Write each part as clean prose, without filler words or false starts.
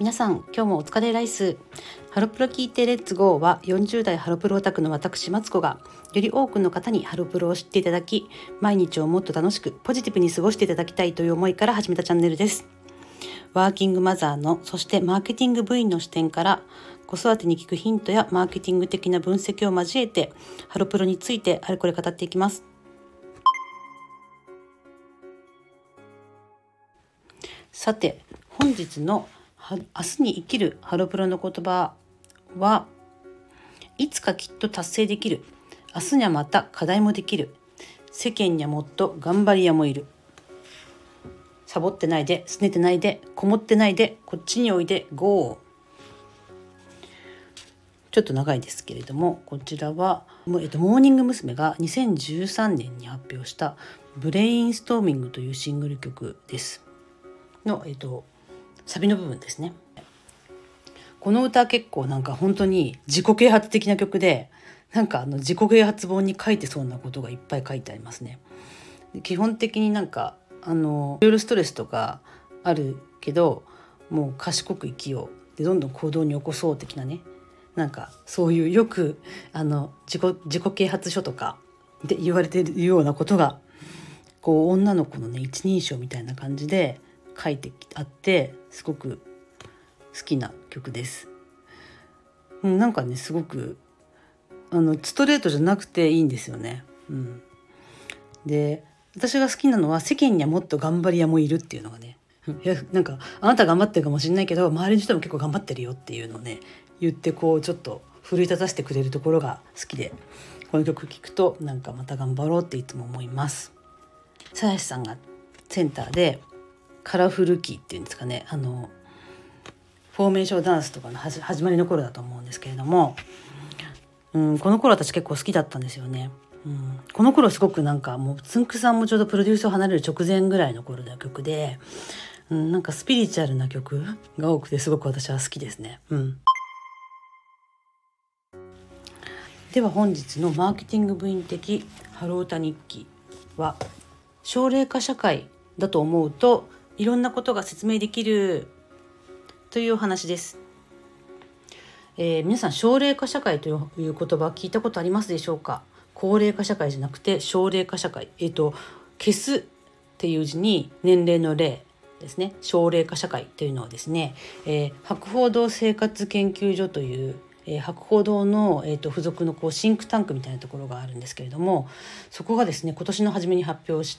皆さん今日もお疲れライス。ハロプロ聞いてレッツゴーは40代ハロプロオタクの私マツコがより多くの方にハロプロを知っていただき、毎日をもっと楽しくポジティブに過ごしていただきたいという思いから始めたチャンネルです。ワーキングマザーの、そしてマーケティング部員の視点から子育てに効くヒントやマーケティング的な分析を交えてハロプロについてあれこれ語っていきます。さて、本日の明日に生きるハロプロの言葉は、いつかきっと達成できる、明日にはまた課題もできる、世間にはもっと頑張り屋もいる、サボってないで、拗ねてないで、こもってないで、こっちにおいでゴー。ちょっと長いですけれども、こちらはモーニング娘。が2013年に発表したブレインストーミングというシングル曲ですの、サビの部分ですね。この歌は結構本当に自己啓発的な曲で、自己啓発本に書いてそうなことがいっぱい書いてありますね。基本的にいろいろストレスとかあるけど、もう賢く生きようで、どんどん行動に起こそう的なね、そういうよく自己啓発書とかで言われているようなことが、女の子のね一人称みたいな感じで書いてあって、すごく好きな曲です。すごくストレートじゃなくていいんですよね。で、私が好きなのは、世間にはもっと頑張り屋もいるっていうのがね、いやあなた頑張ってるかもしれないけど、周りの人も結構頑張ってるよっていうのをね言って、ちょっと奮い立たせてくれるところが好きで、この曲聴くとまた頑張ろうっていつも思います。鞘師さんがセンターでカラフルキーっていうんですかね、フォーメーションダンスとかの始まりの頃だと思うんですけれども、この頃私結構好きだったんですよね。この頃すごくもうつんくさんもちょうどプロデュースを離れる直前ぐらいの頃の曲で、スピリチュアルな曲が多くて、すごく私は好きですね。では本日のマーケティング部員的ハロータ日記は、奨励化社会だと思うといろんなことが説明できるというお話です。皆さん、奨励化社会という言葉聞いたことありますでしょうか？高齢化社会じゃなくて奨励化社会、消すっていう字に年齢の齢ですね。奨励化社会というのはですね、博報堂生活研究所という、博報堂の、付属のシンクタンクみたいなところがあるんですけれども、そこがですね、今年の初めに発表した、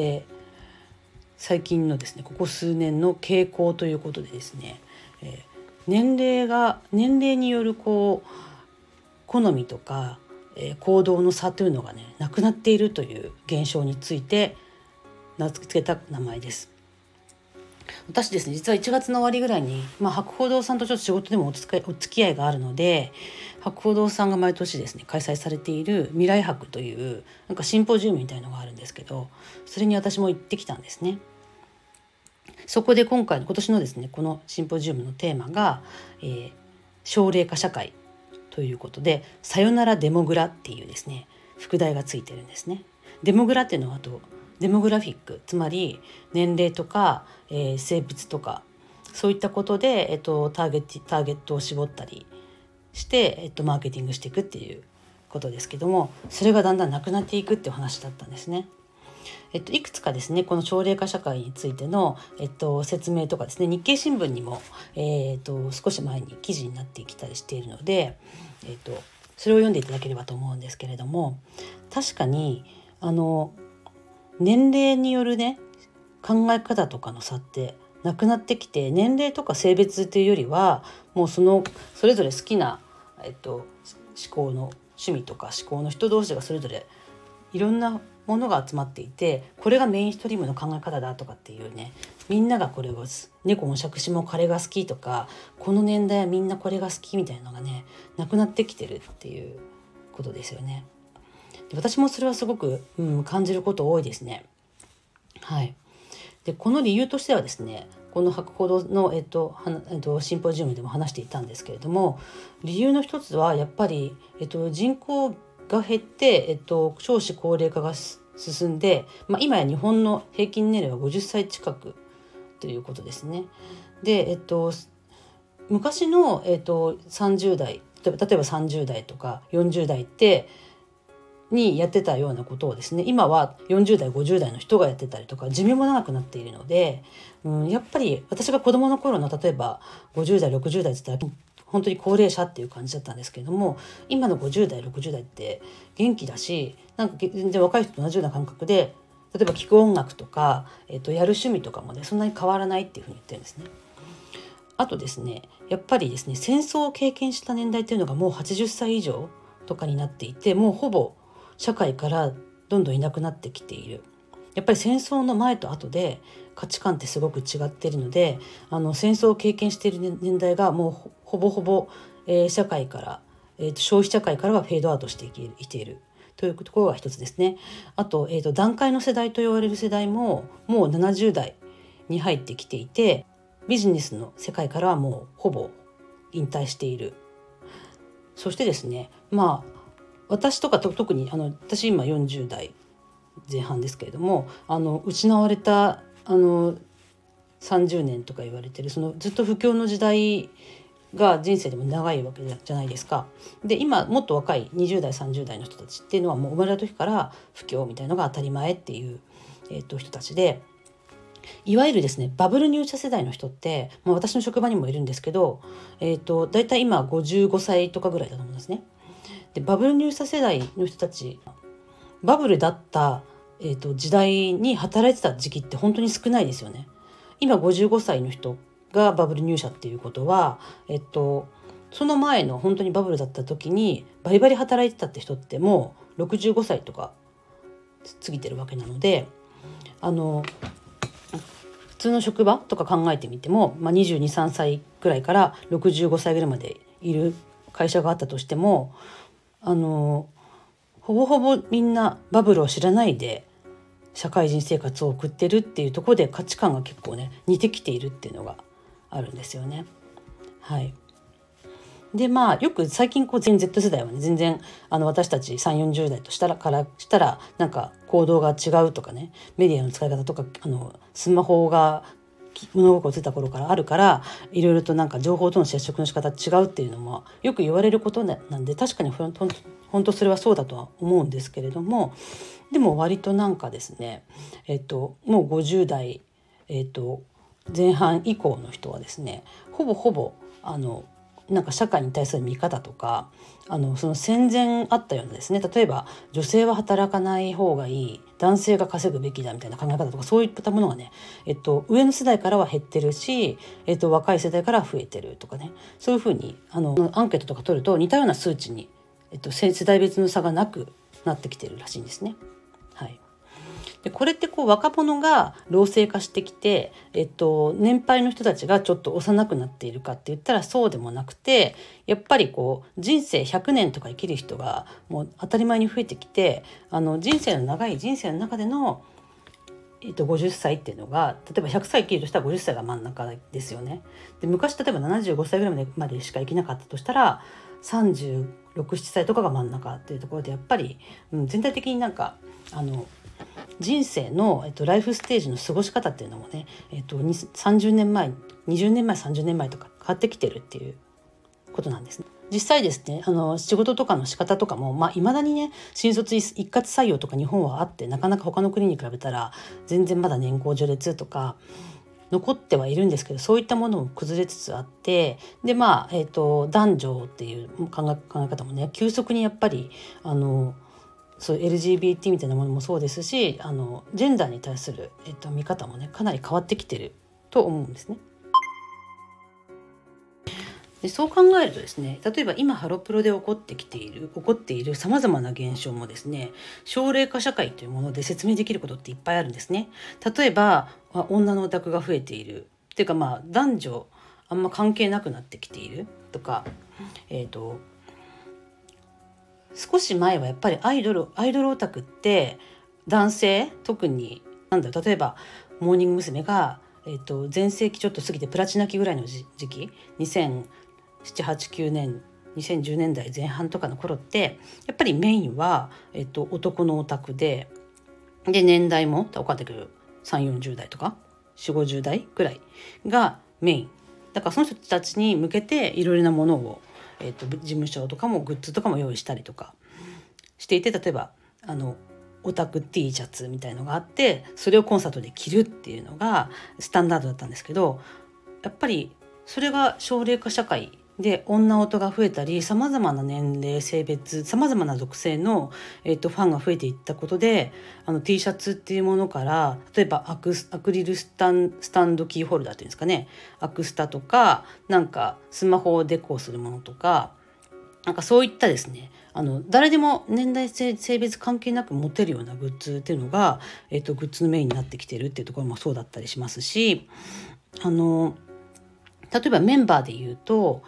最近のですね、ここ数年の傾向ということでですね、年齢による好みとか、行動の差というのがねなくなっているという現象について名付けた名前です。私ですね、実は1月の終わりぐらいに、博報堂さんとちょっと仕事でもお付き合いがあるので、博報堂さんが毎年ですね開催されている未来博というシンポジウムみたいのがあるんですけど、それに私も行ってきたんですね。そこで今年のですね、このシンポジウムのテーマが、奨励化社会ということで、さよならデモグラっていうですね副題がついてるんですね。デモグラっていうのはデモグラフィック、つまり年齢とか、性別とかそういったことで、ターゲットを絞ったりして、マーケティングしていくっていうことですけども、それがだんだんなくなっていくっていう話だったんですね。いくつかですね、この奨励化社会についての、説明とかですね、日経新聞にも、少し前に記事になってきたりしているので、それを読んでいただければと思うんですけれども、確かに年齢によるね考え方とかの差ってなくなってきて、年齢とか性別っていうよりは、もうそれぞれ好きな、思考の趣味とか思考の人同士がそれぞれいろんなものが集まっていて、これがメインストリームの考え方だとかっていうね、みんながこれを猫も杓子も彼が好きとか、この年代はみんなこれが好きみたいなのがねなくなってきてるっていうことですよね。で、私もそれはすごく、感じること多いですね。で、この理由としてはですね、この博報堂の、シンポジウムでも話していたんですけれども、理由の一つはやっぱり、人口が減って、少子高齢化が進んで、今や日本の平均年齢は50歳近くということですね。で、 昔の、30代例えば30代とか40代ってにやってたようなことをですね、今は40代50代の人がやってたりとか寿命も長くなっているので、やっぱり私が子どもの頃の例えば50代60代って言ったら本当に高齢者っていう感じだったんですけれども、今の50代60代って元気だし、なんか全然若い人と同じような感覚で、例えば聴く音楽とか、やる趣味とかもねそんなに変わらないっていうふうに言ってるんですね。あとですね、やっぱりですね、戦争を経験した年代っていうのがもう80歳以上とかになっていて、もうほぼ社会からどんどんいなくなってきている。やっぱり戦争の前と後で価値観ってすごく違っているので、戦争を経験している年代がもうほぼほぼ、社会から、消費社会からはフェードアウトしていているというところが一つですね。あと、団塊の世代と言われる世代ももう70代に入ってきていて、ビジネスの世界からはもうほぼ引退している。そしてですね、私とか特に私今40代前半ですけれども、失われた30年とか言われてるそのずっと不況の時代が人生でも長いわけじゃないですか。で今もっと若い20代30代の人たちっていうのはもう生まれた時から不況みたいなのが当たり前っていう、人たちで、いわゆるですねバブル入社世代の人って、私の職場にもいるんですけど、だいたい今55歳とかぐらいだと思うんですね。でバブル入社世代の人たち、バブルだった、時代に働いてた時期って本当に少ないですよね。今55歳の人がバブル入社っていうことは、その前の本当にバブルだった時にバリバリ働いてたって人ってもう65歳とか過ぎてるわけなので、普通の職場とか考えてみても、22、3歳ぐらいから65歳ぐらいまでいる会社があったとしても、ほぼほぼみんなバブルを知らないで社会人生活を送ってるっていうところで価値観が結構ね似てきているっていうのがあるんですよね。はい。でよく最近全 Z 世代はね全然私たち3、40代としたらなんか行動が違うとかね、メディアの使い方とかスマホが物心ついた頃からあるから、いろいろとなんか情報との接触の仕方違うっていうのもよく言われることなんで、確かに本当それはそうだとは思うんですけれども、でも割となんかですね、もう50代、前半以降の人はですね、ほぼなんか社会に対する見方とか、その戦前あったようなですね、例えば女性は働かない方がいい、男性が稼ぐべきだみたいな考え方とか、そういったものがね、上の世代からは減ってるし、若い世代からは増えてるとかね、そういうふうにアンケートとか取ると似たような数値に、世代別の差がなくなってきてるらしいんですね。はい。でこれって若者が老成化してきて、年配の人たちがちょっと幼くなっているかって言ったらそうでもなくて、やっぱり人生100年とか生きる人がもう当たり前に増えてきて、人生の長い人生の中での、50歳っていうのが、例えば100歳生きるとしたら50歳が真ん中ですよね。で昔例えば75歳ぐらいまでしか生きなかったとしたら36、7歳とかが真ん中っていうところで、やっぱり、全体的になんか人生の、ライフステージの過ごし方っていうのもね、30年前20年前30年前とか変わってきてるっていうことなんですね。実際ですね、仕事とかの仕方とかもいまだにね、新卒一括採用とか日本はあって、なかなか他の国に比べたら全然まだ年功序列とか残ってはいるんですけど、そういったものも崩れつつあって、で男女っていう考え方もね急速にやっぱりそういう LGBT みたいなものもそうですし、ジェンダーに対する、見方もねかなり変わってきてると思うんですね。でそう考えるとですね、例えば今ハロプロで起こっているさまざまな現象もですね、奨励化社会というもので説明できることっていっぱいあるんですね。例えば女のオタクが増えているっていうか、男女あんま関係なくなってきているとか、少し前はやっぱりアイドルオタクって男性特に例えばモーニング娘。が、全盛期ちょっと過ぎてプラチナ期ぐらいの時期2007、8、9年2010年代前半とかの頃ってやっぱりメインは、男のオタクで年代も分かってくる3、40代とか4、50代ぐらいがメインだからその人たちに向けていろいろなものを、事務所とかもグッズとかも用意したりとかしていて、例えばオタク T シャツみたいのがあって、それをコンサートで着るっていうのがスタンダードだったんですけど、やっぱりそれが奨励化社会で女音が増えたり、さまざまな年齢性別さまざまな属性の、ファンが増えていったことで、T シャツっていうものから、例えばアクリルスタンドキーホルダーっていうんですかね、アクスタとか、なんかスマホをデコするものとか、なんかそういったですね、誰でも年代性別関係なく持てるようなグッズっていうのが、グッズのメインになってきてるっていうところもそうだったりしますし、例えばメンバーでいうと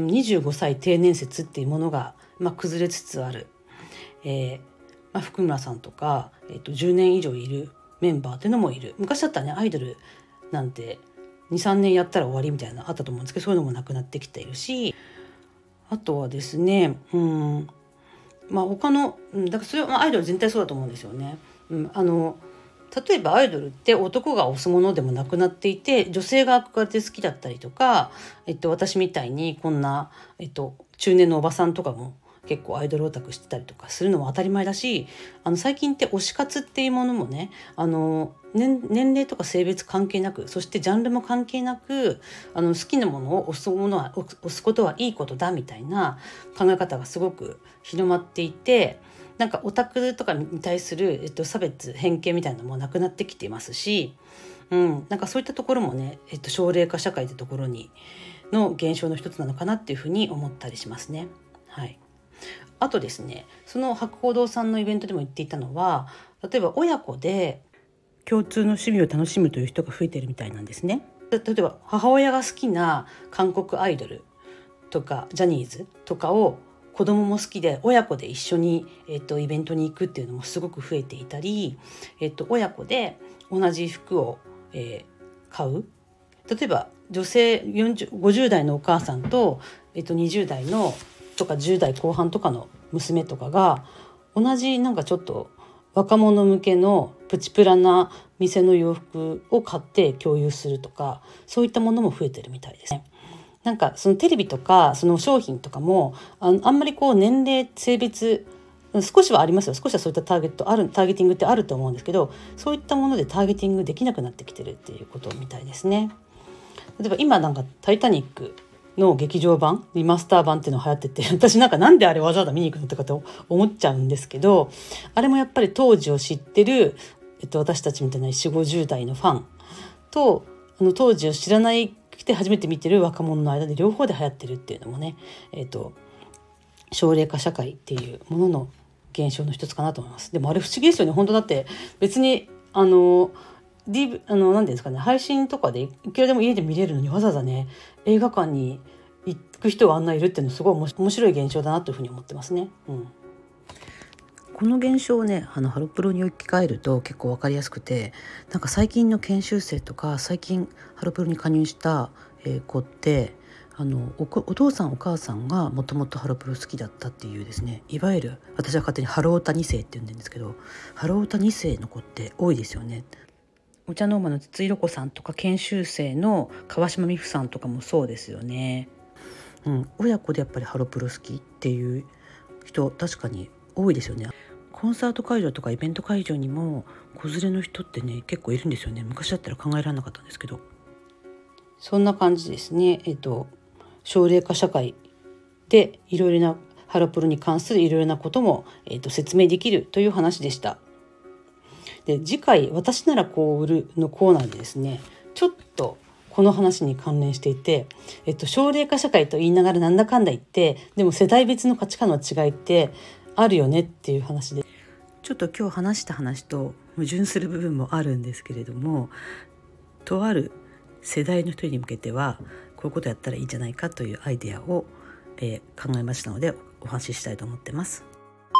25歳定年説っていうものが、崩れつつある、福村さんとか、10年以上いるメンバーっていうのもいる。昔だったらね、アイドルなんて 2,3 年やったら終わりみたいなのあったと思うんですけど、そういうのもなくなってきているし、あとはですね、他のだからそれはアイドル全体そうだと思うんですよね。例えばアイドルって男が推すものでもなくなっていて、女性が憧れて好きだったりとか、私みたいにこんな、中年のおばさんとかも結構アイドルオタクしてたりとかするのも当たり前だし、最近って推し活っていうものもね、年齢とか性別関係なく、そしてジャンルも関係なく、好きなものを推すことはいいことだみたいな考え方がすごく広まっていて、なんかオタクとかに対する、差別偏見みたいなのもなくなってきていますし、なんかそういったところもね、奨励化社会ってところの現象の一つなのかなっていうふうに思ったりしますね。はい。あとですね、その博報堂さんのイベントでも言っていたのは、例えば親子で共通の趣味を楽しむという人が増えてるみたいなんですね。例えば母親が好きな韓国アイドルとかジャニーズとかを子供も好きで親子で一緒に、イベントに行くっていうのもすごく増えていたり、親子で同じ服を、買う。例えば女性50代のお母さんと、20代のとか10代後半とかの娘とかが同じなんかちょっと若者向けのプチプラな店の洋服を買って共有するとか、そういったものも増えてるみたいですね。なんかそのテレビとかその商品とかもあんまりこう年齢性別少しはありますよ。少しはそういったターゲティングってあると思うんですけど、そういったものでターゲティングできなくなってきてるっていうことみたいですね。例えば今なんかタイタニックの劇場版リマスター版っていうのが流行ってて、私なんであれわざわざ見に行くのとかと思っちゃうんですけど、あれもやっぱり当時を知ってる、私たちみたいな40、50代のファンと当時を知らないくて初めて見てる若者の間で両方で流行ってるっていうのもね、奨励化社会っていうものの現象の一つかなと思います。でもあれ不思議ですよね。本当だって別に何ていうんですかね、配信とかでいくらでも家で見れるのにわざわざね映画館に行く人があんないるっていうのすごい面白い現象だなというふうに思ってますね。この現象をねハロプロに置き換えると結構分かりやすくて、なんか最近の研修生とか最近ハロプロに加入した、子ってお父さんお母さんがもともとハロプロ好きだったっていうですね、いわゆる私は勝手にハロータ2世って呼んでるんですけど、ハロータ2世の子って多いですよね。お茶の間の筒井ロコさんとか研修生の川島美穂さんとかもそうですよね。親子でやっぱりハロプロ好きっていう人確かに多いですよね。コンサート会場とかイベント会場にも子連れの人ってね結構いるんですよね。昔だったら考えられなかったんですけど、そんな感じですね。奨励化社会でいろいろなハロプロに関するいろいろなことも、説明できるという話でした。で次回私ならこう売るのコーナーでですね、ちょっとこの話に関連していて、奨励化社会と言いながらなんだかんだ言ってでも世代別の価値観の違いってあるよねっていう話で、ちょっと今日話した話と矛盾する部分もあるんですけれども、とある世代の人に向けてはこういうことやったらいいんじゃないかというアイデアを、考えましたのでお話ししたいと思ってます。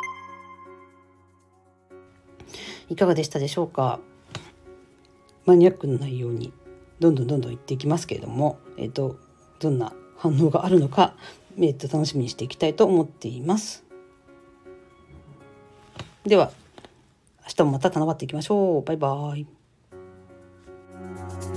いかがでしたでしょうか。マニアックな内容にどんどん言っていきますけれども、どんな反応があるのか、楽しみにしていきたいと思っています。では明日もまた頑張っていきましょう。バイバイ。